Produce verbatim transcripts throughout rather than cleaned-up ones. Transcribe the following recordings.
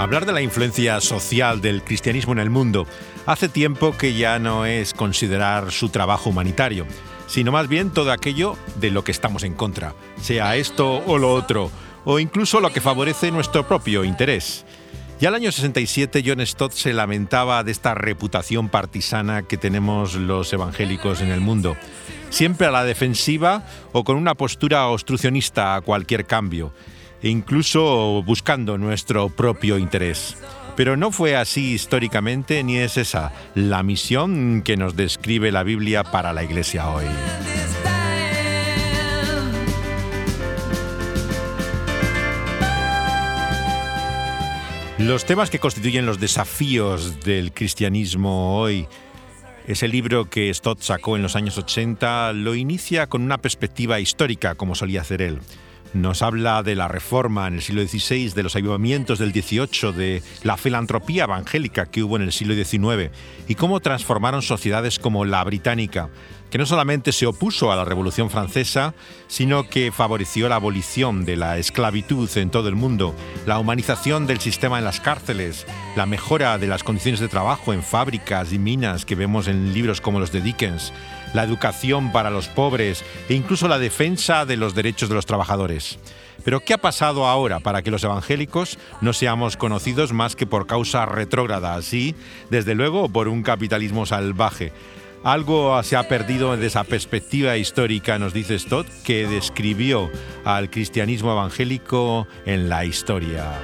Hablar de la influencia social del cristianismo en el mundo hace tiempo que ya no es considerar su trabajo humanitario, sino más bien todo aquello de lo que estamos en contra, sea esto o lo otro, o incluso lo que favorece nuestro propio interés. Ya el año sesenta y siete John Stott se lamentaba de esta reputación partisana que tenemos los evangélicos en el mundo, siempre a la defensiva o con una postura obstruccionista a cualquier cambio, e incluso buscando nuestro propio interés. Pero no fue así históricamente, ni es esa la misión que nos describe la Biblia para la Iglesia hoy. Los temas que constituyen los desafíos del cristianismo hoy, ese libro que Stott sacó en los años ochenta, lo inicia con una perspectiva histórica, como solía hacer él. Nos habla de la Reforma en el siglo dieciséis, de los avivamientos del dieciocho, de la filantropía evangélica que hubo en el siglo diecinueve y cómo transformaron sociedades como la británica, que no solamente se opuso a la Revolución Francesa, sino que favoreció la abolición de la esclavitud en todo el mundo, la humanización del sistema en las cárceles, la mejora de las condiciones de trabajo en fábricas y minas que vemos en libros como los de Dickens, la educación para los pobres e incluso la defensa de los derechos de los trabajadores. Pero ¿qué ha pasado ahora para que los evangélicos no seamos conocidos más que por causas retrógradas y, desde luego, por un capitalismo salvaje? Algo se ha perdido de esa perspectiva histórica, nos dice Stott, que describió al cristianismo evangélico en la historia.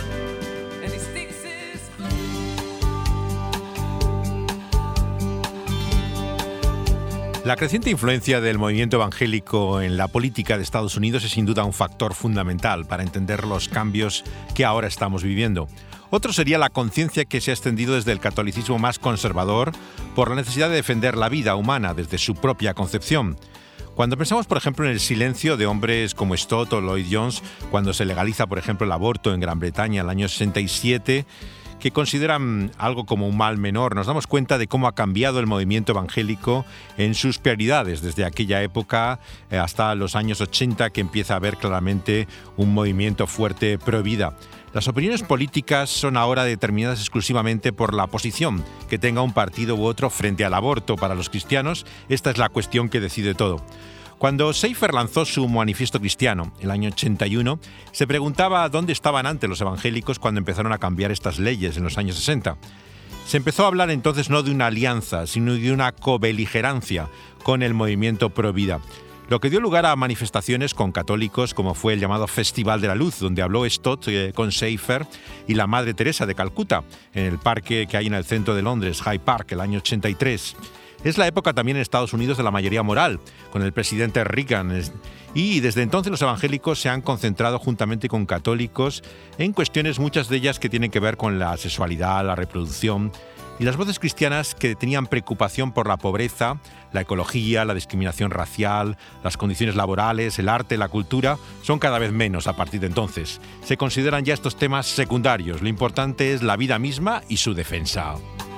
La creciente influencia del movimiento evangélico en la política de Estados Unidos es sin duda un factor fundamental para entender los cambios que ahora estamos viviendo. Otro sería la conciencia que se ha extendido desde el catolicismo más conservador por la necesidad de defender la vida humana desde su propia concepción. Cuando pensamos, por ejemplo, en el silencio de hombres como Stott o Lloyd Jones, cuando se legaliza, por ejemplo, el aborto en Gran Bretaña en el año sesenta y siete, que consideran algo como un mal menor, nos damos cuenta de cómo ha cambiado el movimiento evangélico en sus prioridades desde aquella época hasta los años ochenta, que empieza a haber claramente un movimiento fuerte pro vida. Las opiniones políticas son ahora determinadas exclusivamente por la posición que tenga un partido u otro frente al aborto. Para los cristianos, esta es la cuestión que decide todo. Cuando Schaeffer lanzó su Manifiesto Cristiano, el año ochenta y uno, se preguntaba dónde estaban antes los evangélicos cuando empezaron a cambiar estas leyes en los años sesenta. Se empezó a hablar entonces no de una alianza, sino de una cobeligerancia con el movimiento pro vida, lo que dio lugar a manifestaciones con católicos como fue el llamado Festival de la Luz, donde habló Stott eh, con Schaeffer y la Madre Teresa de Calcuta, en el parque que hay en el centro de Londres, Hyde Park, el año ochenta y tres. Es la época también en Estados Unidos de la mayoría moral, con el presidente Reagan, y desde entonces los evangélicos se han concentrado juntamente con católicos en cuestiones, muchas de ellas que tienen que ver con la sexualidad, la reproducción, y las voces cristianas que tenían preocupación por la pobreza, la ecología, la discriminación racial, las condiciones laborales, el arte, la cultura, son cada vez menos a partir de entonces. Se consideran ya estos temas secundarios, lo importante es la vida misma y su defensa.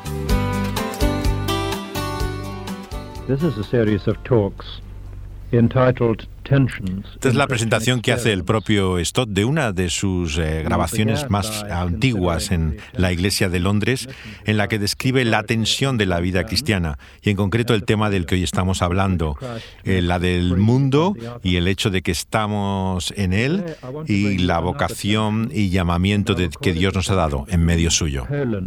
This is a series of talks entitled Tensions. Esta es la presentación que hace el propio Stott de una de sus eh, grabaciones más antiguas en la Iglesia de Londres, en la que describe la tensión de la vida cristiana y en concreto el tema del que hoy estamos hablando, eh, la del mundo y el hecho de que estamos en él y la vocación y llamamiento de, que Dios nos ha dado en medio suyo.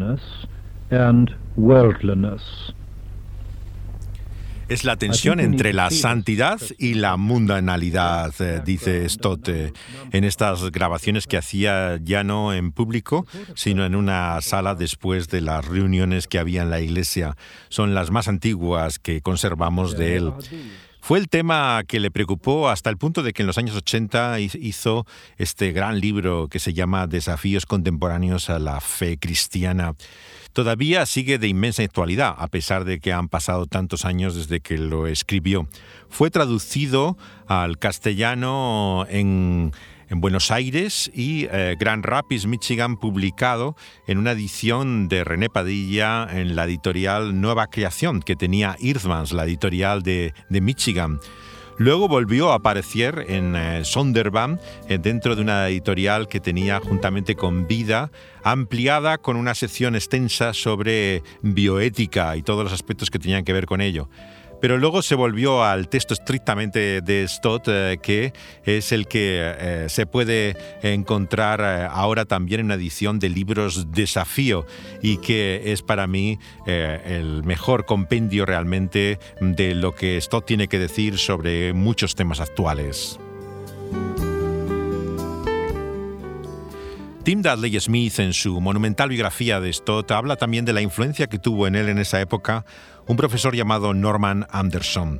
Es la tensión entre la santidad y la mundanalidad, eh, dice Stott, eh, en estas grabaciones que hacía ya no en público, sino en una sala después de las reuniones que había en la iglesia. Son las más antiguas que conservamos de él. Fue el tema que le preocupó hasta el punto de que en los años ochenta hizo este gran libro que se llama Desafíos contemporáneos a la fe cristiana. Todavía sigue de inmensa actualidad, a pesar de que han pasado tantos años desde que lo escribió. Fue traducido al castellano en, en Buenos Aires y eh, Grand Rapids, Michigan, publicado en una edición de René Padilla en la editorial Nueva Creación, que tenía Earthmans, la editorial de, de Michigan. Luego volvió a aparecer en eh, Sonderbaum, eh, dentro de una editorial que tenía juntamente con Vida, ampliada con una sección extensa sobre bioética y todos los aspectos que tenían que ver con ello. Pero luego se volvió al texto estrictamente de Stott, eh, que es el que eh, se puede encontrar eh, ahora también en una edición de libros Desafío, y que es para mí eh, el mejor compendio realmente de lo que Stott tiene que decir sobre muchos temas actuales. Tim Dudley Smith, en su monumental biografía de Stott, habla también de la influencia que tuvo en él en esa época un profesor llamado Norman Anderson.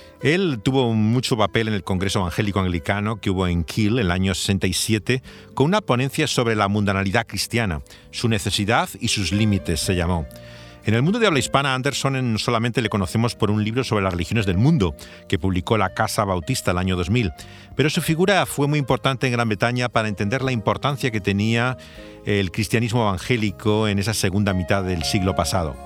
Él tuvo mucho papel en el Congreso Evangélico Anglicano que hubo en Kiel en el año sesenta y siete, con una ponencia sobre la mundanalidad cristiana, su necesidad y sus límites, se llamó. En el mundo de habla hispana, Anderson solamente le conocemos por un libro sobre las religiones del mundo, que publicó la Casa Bautista el año dos mil, pero su figura fue muy importante en Gran Bretaña para entender la importancia que tenía el cristianismo evangélico en esa segunda mitad del siglo pasado.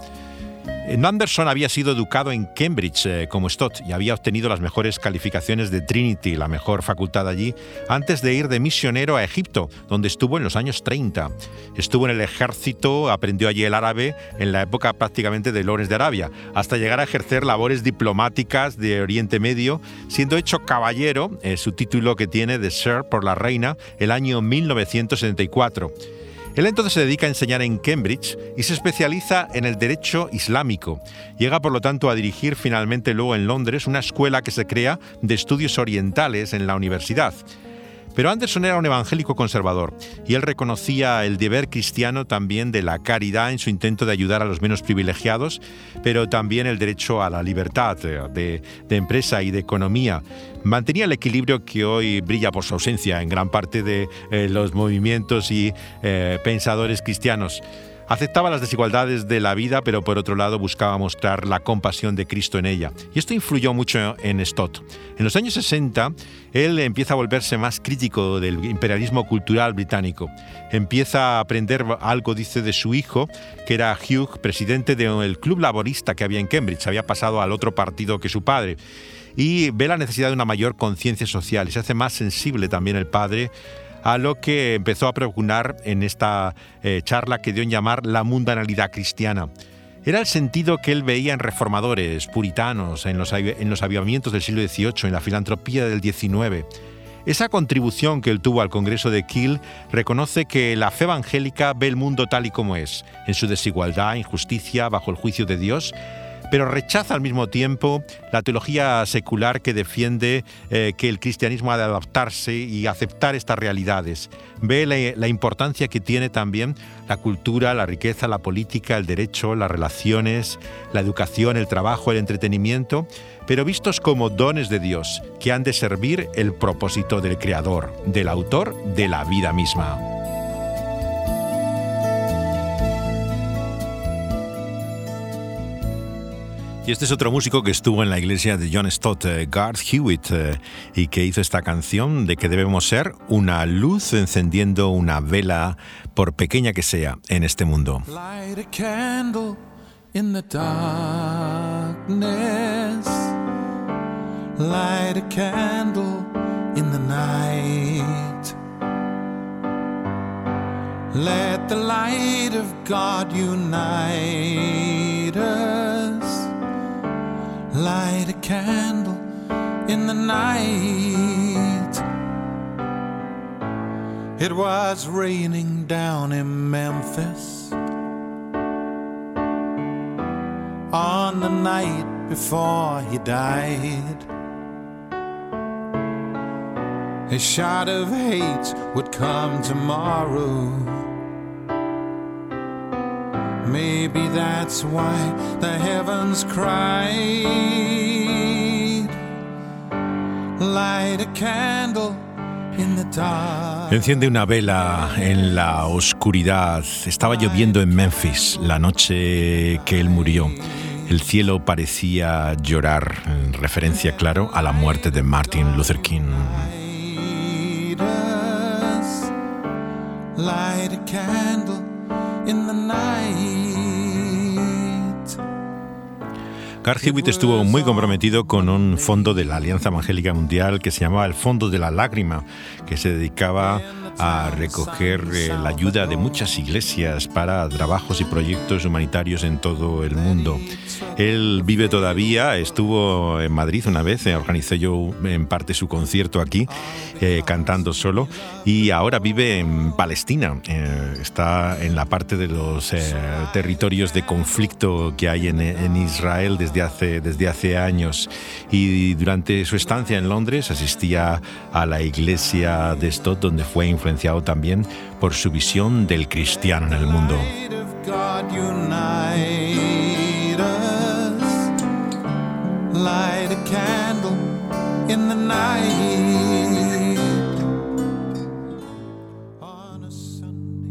Anderson había sido educado en Cambridge eh, como Stott y había obtenido las mejores calificaciones de Trinity, la mejor facultad allí, antes de ir de misionero a Egipto, donde estuvo en los años treinta. Estuvo en el ejército, aprendió allí el árabe en la época prácticamente de Lawrence de Arabia, hasta llegar a ejercer labores diplomáticas de Oriente Medio, siendo hecho caballero, eh, su título que tiene de Sir por la reina, el año mil novecientos setenta y cuatro. Él entonces se dedica a enseñar en Cambridge y se especializa en el derecho islámico. Llega, por lo tanto, a dirigir finalmente luego en Londres una escuela que se crea de estudios orientales en la universidad. Pero Anderson era un evangélico conservador y él reconocía el deber cristiano también de la caridad en su intento de ayudar a los menos privilegiados, pero también el derecho a la libertad de, de empresa y de economía. Mantenía el equilibrio que hoy brilla por su ausencia en gran parte de eh, los movimientos y eh, pensadores cristianos. Aceptaba las desigualdades de la vida, pero por otro lado buscaba mostrar la compasión de Cristo en ella. Y esto influyó mucho en Stott. En los años sesenta, él empieza a volverse más crítico del imperialismo cultural británico. Empieza a aprender algo, dice, de su hijo, que era Hugh, presidente del club laborista que había en Cambridge. Había pasado al otro partido que su padre. Y ve la necesidad de una mayor conciencia social y se hace más sensible también el padre a lo que empezó a propugnar en esta eh, charla que dio en llamar la mundanalidad cristiana. Era el sentido que él veía en reformadores, puritanos, en los, en los avivamientos del siglo dieciocho, en la filantropía del diecinueve. Esa contribución que él tuvo al Congreso de Kiel reconoce que la fe evangélica ve el mundo tal y como es, en su desigualdad, injusticia, bajo el juicio de Dios, pero rechaza al mismo tiempo la teología secular que defiende eh, que el cristianismo ha de adaptarse y aceptar estas realidades. Ve la, la importancia que tiene también la cultura, la riqueza, la política, el derecho, las relaciones, la educación, el trabajo, el entretenimiento, pero vistos como dones de Dios que han de servir el propósito del Creador, del autor de la vida misma. Y este es otro músico que estuvo en la iglesia de John Stott, eh, Garth Hewitt, eh, y que hizo esta canción de que debemos ser una luz encendiendo una vela, por pequeña que sea, en este mundo. Light a candle in the darkness. Light a candle in the night. Let the light of God unite us. Light a candle in the night. It was raining down in Memphis on the night before he died. A shot of hate would come tomorrow. Maybe that's why the heavens cried. Light a candle in the dark. Enciende una vela en la oscuridad. Estaba lloviendo en Memphis la noche que él murió. El cielo parecía llorar, en referencia, claro, a la muerte de Martin Luther King. Light a candle in the night. Garth Hewitt estuvo muy comprometido con un fondo de la Alianza Evangélica Mundial que se llamaba el Fondo de la Lágrima, que se dedicaba a recoger eh, la ayuda de muchas iglesias para trabajos y proyectos humanitarios en todo el mundo. Él vive todavía, estuvo en Madrid una vez, eh, organicé yo en parte su concierto aquí, eh, cantando solo, y ahora vive en Palestina. Eh, está en la parte de los eh, territorios de conflicto que hay en, en Israel desde hace, desde hace años. Y durante su estancia en Londres asistía a la iglesia de Stott, donde fue influenciado también por su visión del cristiano en el mundo. Light a candle in the night on a Sunday.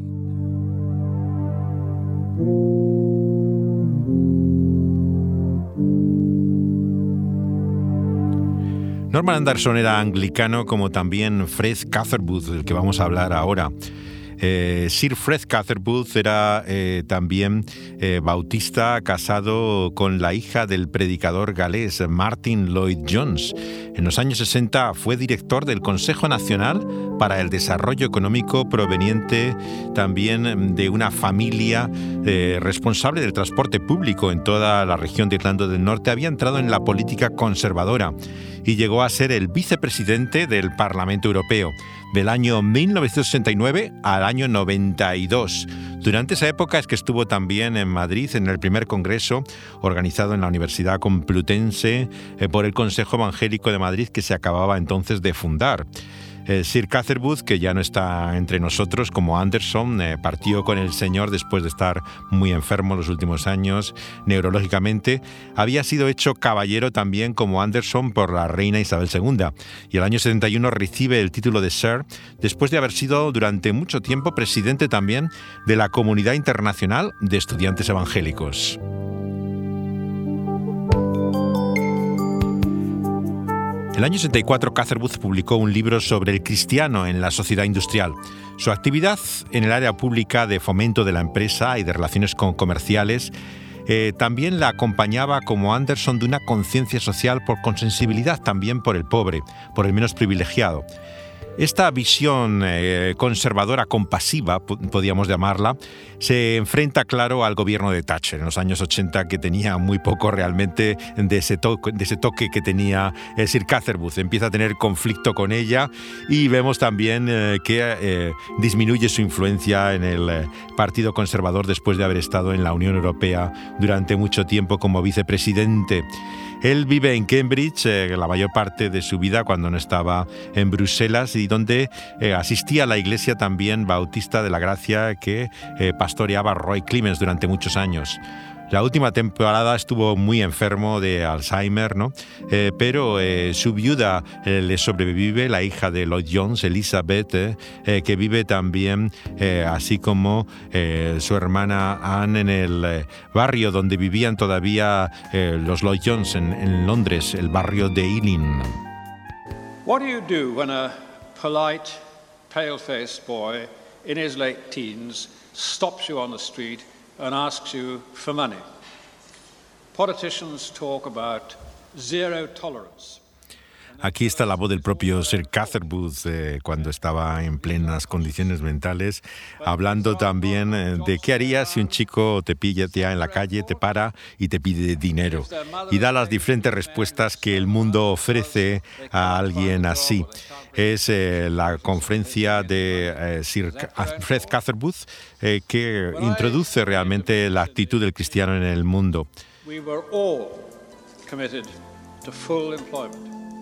Norman Anderson era anglicano, como también Fred Catherwood, del que vamos a hablar ahora. Eh, Sir Fred Catherwood era eh, también eh, bautista, casado con la hija del predicador galés Martin Lloyd-Jones. En los años sesenta fue director del Consejo Nacional para el Desarrollo Económico, proveniente también de una familia eh, responsable del transporte público en toda la región de Irlanda del Norte. Había entrado en la política conservadora y llegó a ser el vicepresidente del Parlamento Europeo del año mil novecientos sesenta y nueve al año noventa y dos. Durante esa época es que estuvo también en Madrid en el primer congreso organizado en la Universidad Complutense eh, por el Consejo Evangélico de Madrid, que se acababa entonces de fundar. Eh, Sir Catherwood, que ya no está entre nosotros, como Anderson, eh, partió con el Señor después de estar muy enfermo los últimos años neurológicamente. Había sido hecho caballero también, como Anderson, por la reina Isabel segunda, y el año setenta y uno recibe el título de Sir, después de haber sido durante mucho tiempo presidente también de la Comunidad Internacional de Estudiantes Evangélicos. En el año sesenta y cuatro, Catherwood publicó un libro sobre el cristiano en la sociedad industrial. Su actividad en el área pública de fomento de la empresa y de relaciones con comerciales eh, también la acompañaba, como Anderson, de una conciencia social por, con sensibilidad también por el pobre, por el menos privilegiado. Esta visión eh, conservadora compasiva, podríamos llamarla, se enfrenta, claro, al gobierno de Thatcher en los años ochenta, que tenía muy poco realmente de ese, to- de ese toque que tenía eh, Sir Catherwood. Empieza a tener conflicto con ella y vemos también eh, que eh, disminuye su influencia en el eh, Partido Conservador después de haber estado en la Unión Europea durante mucho tiempo como vicepresidente. Él vive en Cambridge eh, la mayor parte de su vida, cuando no estaba en Bruselas, y donde eh, asistía a la iglesia también bautista de la Gracia que eh, pastoreaba Roy Clemens durante muchos años. La última temporada estuvo muy enfermo de Alzheimer, ¿no? Eh, pero eh, su viuda eh, le sobrevive, la hija de Lloyd Jones, Elizabeth, eh, eh, que vive también, eh, así como eh, su hermana Anne, en el eh, barrio donde vivían todavía eh, los Lloyd Jones, en, en Londres, el barrio de Ealing. What do you do when a polite, pale-faced boy in his late teens stops you on the street and asks you for money? Politicians talk about zero tolerance. Aquí está la voz del propio Sir Catherwood eh, cuando estaba en plenas condiciones mentales, hablando también eh, de qué harías si un chico te pilla te en la calle, te para y te pide dinero. Y da las diferentes respuestas que el mundo ofrece a alguien así. Es eh, la conferencia de eh, Sir Fred Catherwood eh, que introduce realmente la actitud del cristiano en el mundo. We were all committed to full employment.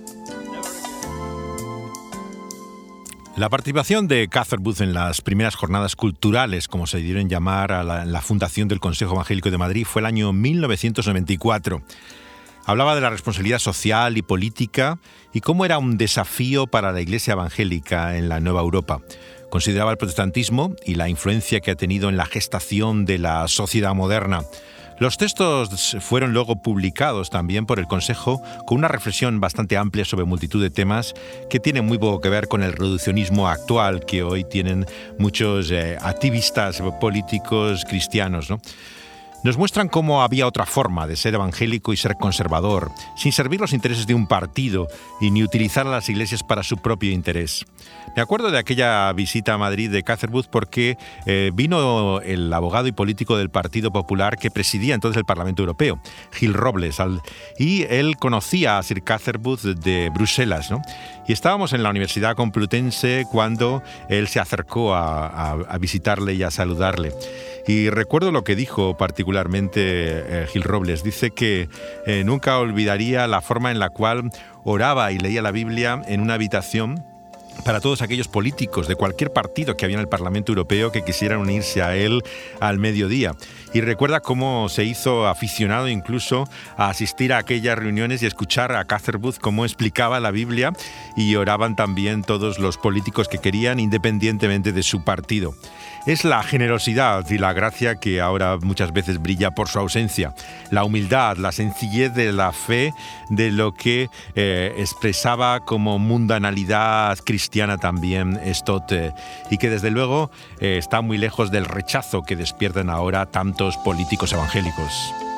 La participación de Catherwood en las primeras jornadas culturales, como se dieron llamar a la, la fundación del Consejo Evangélico de Madrid, fue el año mil novecientos noventa y cuatro. Hablaba de la responsabilidad social y política y cómo era un desafío para la Iglesia evangélica en la Nueva Europa. Consideraba el protestantismo y la influencia que ha tenido en la gestación de la sociedad moderna. Los textos fueron luego publicados también por el Consejo con una reflexión bastante amplia sobre multitud de temas que tienen muy poco que ver con el reduccionismo actual que hoy tienen muchos eh, activistas políticos cristianos, ¿no? Nos muestran cómo había otra forma de ser evangélico y ser conservador, sin servir los intereses de un partido y ni utilizar a las iglesias para su propio interés. Me acuerdo de aquella visita a Madrid de Catherwood porque eh, vino el abogado y político del Partido Popular que presidía entonces el Parlamento Europeo, Gil Robles, al, y él conocía a Sir Catherwood de Bruselas, ¿no? Y estábamos en la Universidad Complutense cuando él se acercó a, a, a visitarle y a saludarle. Y recuerdo lo que dijo particularmente eh, Gil Robles. Dice que eh, nunca olvidaría la forma en la cual oraba y leía la Biblia en una habitación para todos aquellos políticos de cualquier partido que había en el Parlamento Europeo que quisieran unirse a él al mediodía. Y recuerda cómo se hizo aficionado incluso a asistir a aquellas reuniones y escuchar a Catherwood cómo explicaba la Biblia, y oraban también todos los políticos que querían, independientemente de su partido. Es la generosidad y la gracia que ahora muchas veces brilla por su ausencia. La humildad, la sencillez de la fe, de lo que eh, expresaba como mundanalidad cristiana también Stott, eh, y que desde luego eh, está muy lejos del rechazo que despiertan ahora tantos políticos evangélicos.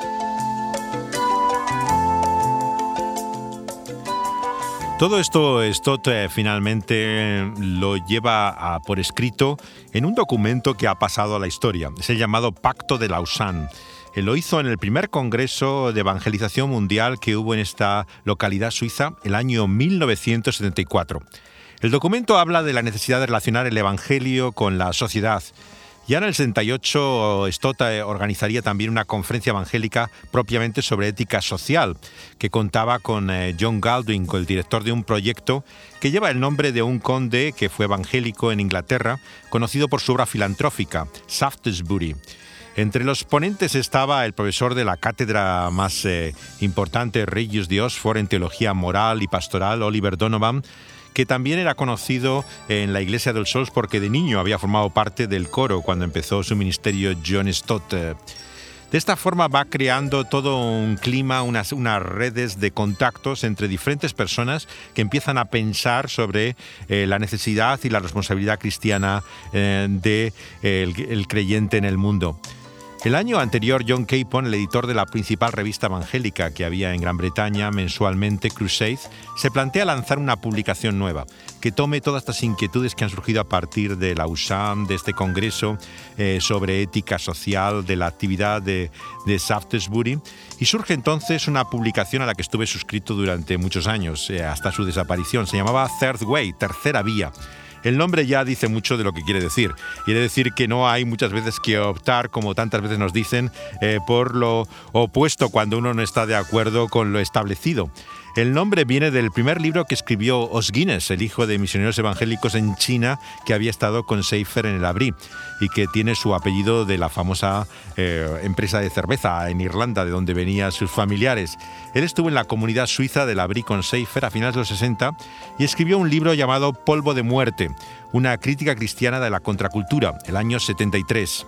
Todo esto Stott eh, finalmente lo lleva a, por escrito en un documento que ha pasado a la historia. Es el llamado Pacto de Lausanne. Él lo hizo en el primer Congreso de Evangelización Mundial que hubo en esta localidad suiza el año mil novecientos setenta y cuatro. El documento habla de la necesidad de relacionar el Evangelio con la sociedad. Ya en el setenta y ocho, Stott organizaría también una conferencia evangélica propiamente sobre ética social, que contaba con John Galdwin, el director de un proyecto que lleva el nombre de un conde que fue evangélico en Inglaterra, conocido por su obra filantrófica, Shaftesbury. Entre los ponentes estaba el profesor de la cátedra más eh, importante, Regius de Oxford, en teología moral y pastoral, Oliver Donovan, que también era conocido en la Iglesia del Sol porque de niño había formado parte del coro cuando empezó su ministerio John Stott. De esta forma va creando todo un clima, unas, unas redes de contactos entre diferentes personas que empiezan a pensar sobre eh, la necesidad y la responsabilidad cristiana eh, del de, eh, el creyente en el mundo. El año anterior, John Capon, el editor de la principal revista evangélica que había en Gran Bretaña mensualmente, Crusade, se plantea lanzar una publicación nueva que tome todas estas inquietudes que han surgido a partir de Lausanne, de este congreso eh, sobre ética social, de la actividad de, de Shaftesbury, y surge entonces una publicación a la que estuve suscrito durante muchos años, eh, hasta su desaparición. Se llamaba Third Way, Tercera Vía. El nombre ya dice mucho de lo que quiere decir. Quiere decir que no hay muchas veces que optar, como tantas veces nos dicen, eh, por lo opuesto cuando uno no está de acuerdo con lo establecido. El nombre viene del primer libro que escribió Os Guinness, el hijo de misioneros evangélicos en China que había estado con Schaeffer en el Abrí y que tiene su apellido de la famosa eh, empresa de cerveza en Irlanda, de donde venían sus familiares. Él estuvo en la comunidad suiza del Abrí con Schaeffer a finales de los sesenta y escribió un libro llamado Polvo de Muerte, una crítica cristiana de la contracultura, el año setenta y tres.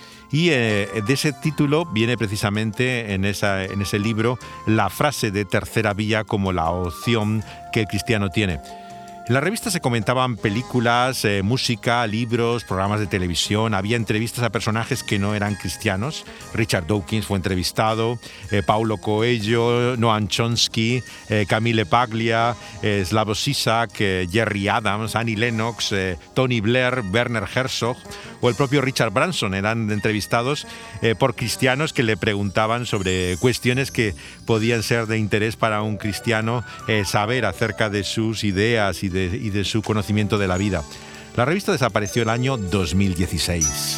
Y eh, de ese título viene precisamente en, esa, en ese libro la frase de tercera vía como la opción que el cristiano tiene. En la revista se comentaban películas, eh, música, libros, programas de televisión. Había entrevistas a personajes que no eran cristianos. Richard Dawkins fue entrevistado, eh, Paulo Coelho, Noam Chomsky, eh, Camille Paglia, eh, Slavoj Žižek, eh, Jerry Adams, Annie Lennox, eh, Tony Blair, Werner Herzog o el propio Richard Branson. Eran entrevistados eh, por cristianos que le preguntaban sobre cuestiones que podían ser de interés para un cristiano eh, saber acerca de sus ideas y de De, y de su conocimiento de la vida. La revista desapareció el año dos mil dieciséis.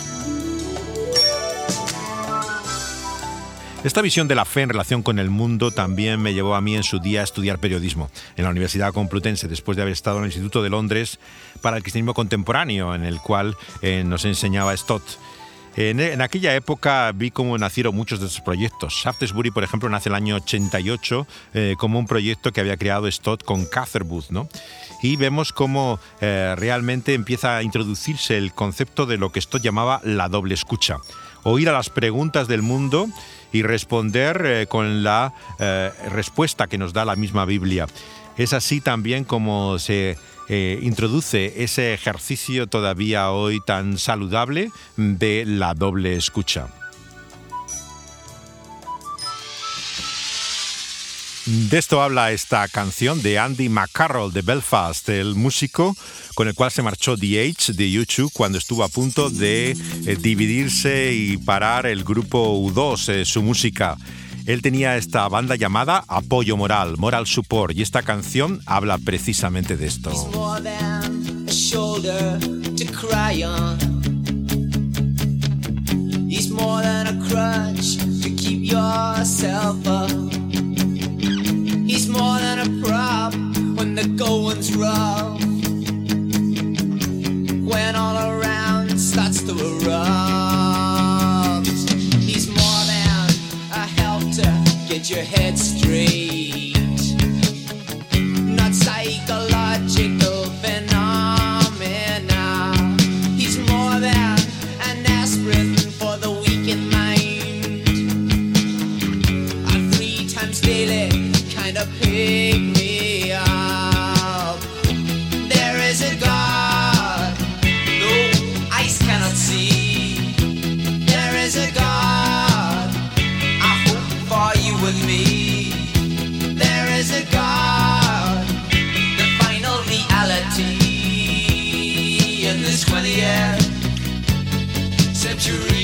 Esta visión de la fe en relación con el mundo también me llevó a mí en su día a estudiar periodismo en la Universidad Complutense, después de haber estado en el Instituto de Londres para el Cristianismo Contemporáneo, en el cual eh, nos enseñaba Stott. En, en aquella época vi cómo nacieron muchos de estos proyectos. Shaftesbury, por ejemplo, nace en el año ochenta y ocho eh, como un proyecto que había creado Stott con Catherwood, ¿no? Y vemos cómo eh, realmente empieza a introducirse el concepto de lo que Stott llamaba la doble escucha. Oír a las preguntas del mundo y responder eh, con la eh, respuesta que nos da la misma Biblia. Es así también como se Eh, introduce ese ejercicio todavía hoy tan saludable de la doble escucha. De esto habla esta canción de Andy McCarroll de Belfast, el músico con el cual se marchó The H de U dos cuando estuvo a punto de eh, dividirse y parar el grupo U dos, eh, su música. Él tenía esta banda llamada Apoyo Moral, Moral Support, y esta canción habla precisamente de esto. He's more than a crutch to keep yourself up. He's more than a prop when the going's rough. When all around starts to erupt. He's more than a help to get your head straight. Not psychological phenomena. He's more than an aspirin for the weak in mind. A three times daily kind of pick me up. There is a God, no eyes cannot see. There is a God, I hope for you and me. There is a God, the final reality in this twentieth century.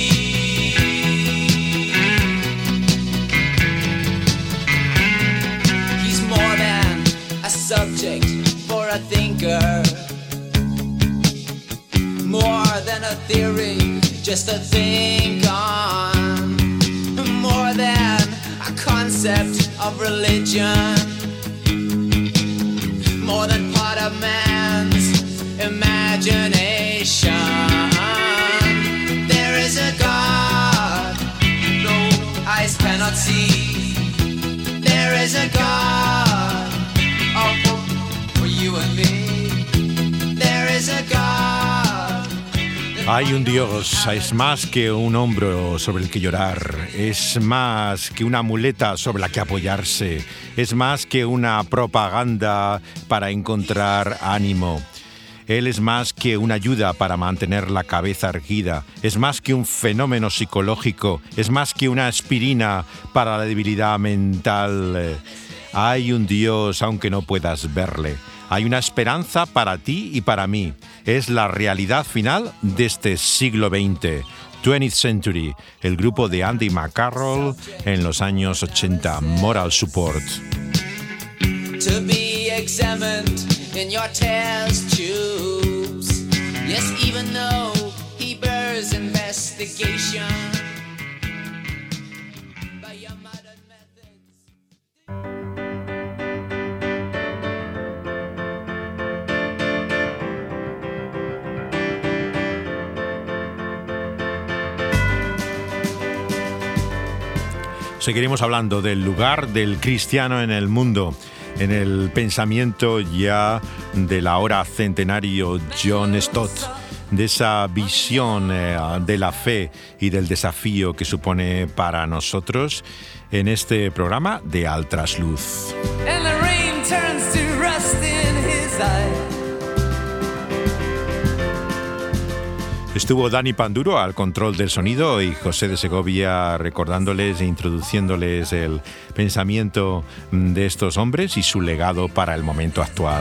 He's more than a subject for a thinker, more than a theory just to think on, more than a concept of religion, more than part of man's imagination. There is a God no eyes cannot see. There is a God, oh, for you and me. There is a God. Hay un Dios, es más que un hombro sobre el que llorar, es más que una muleta sobre la que apoyarse, es más que una propaganda para encontrar ánimo. Él es más que una ayuda para mantener la cabeza erguida, es más que un fenómeno psicológico, es más que una aspirina para la debilidad mental. Hay un Dios aunque no puedas verle. Hay una esperanza para ti y para mí. Es la realidad final de este siglo veinte. twentieth Century, el grupo de Andy McCarroll en los años ochenta, Moral Support. To be examined in your test tubes. Yes, even though he bears investigation. By your modern methods. Seguiremos hablando del lugar del cristiano en el mundo, en el pensamiento ya del ahora centenario John Stott, de esa visión eh, de la fe y del desafío que supone para nosotros en este programa de Al Trasluz. And the rain turns to rust in his eye. Estuvo Dani Panduro al control del sonido y José de Segovia recordándoles e introduciéndoles el pensamiento de estos hombres y su legado para el momento actual.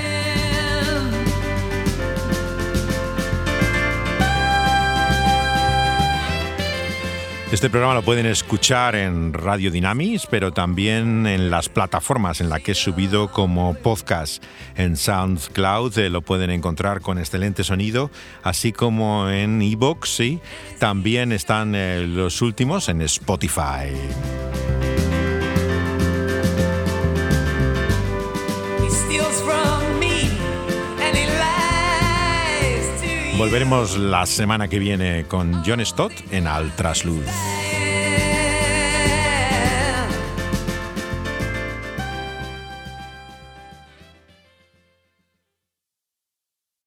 Este programa lo pueden escuchar en Radio Dynamis, pero también en las plataformas en las que he subido como podcast. En SoundCloud eh, lo pueden encontrar con excelente sonido, así como en iVoox, sí. También están eh, los últimos en Spotify. Volveremos la semana que viene con John Stott en Al Trasluz.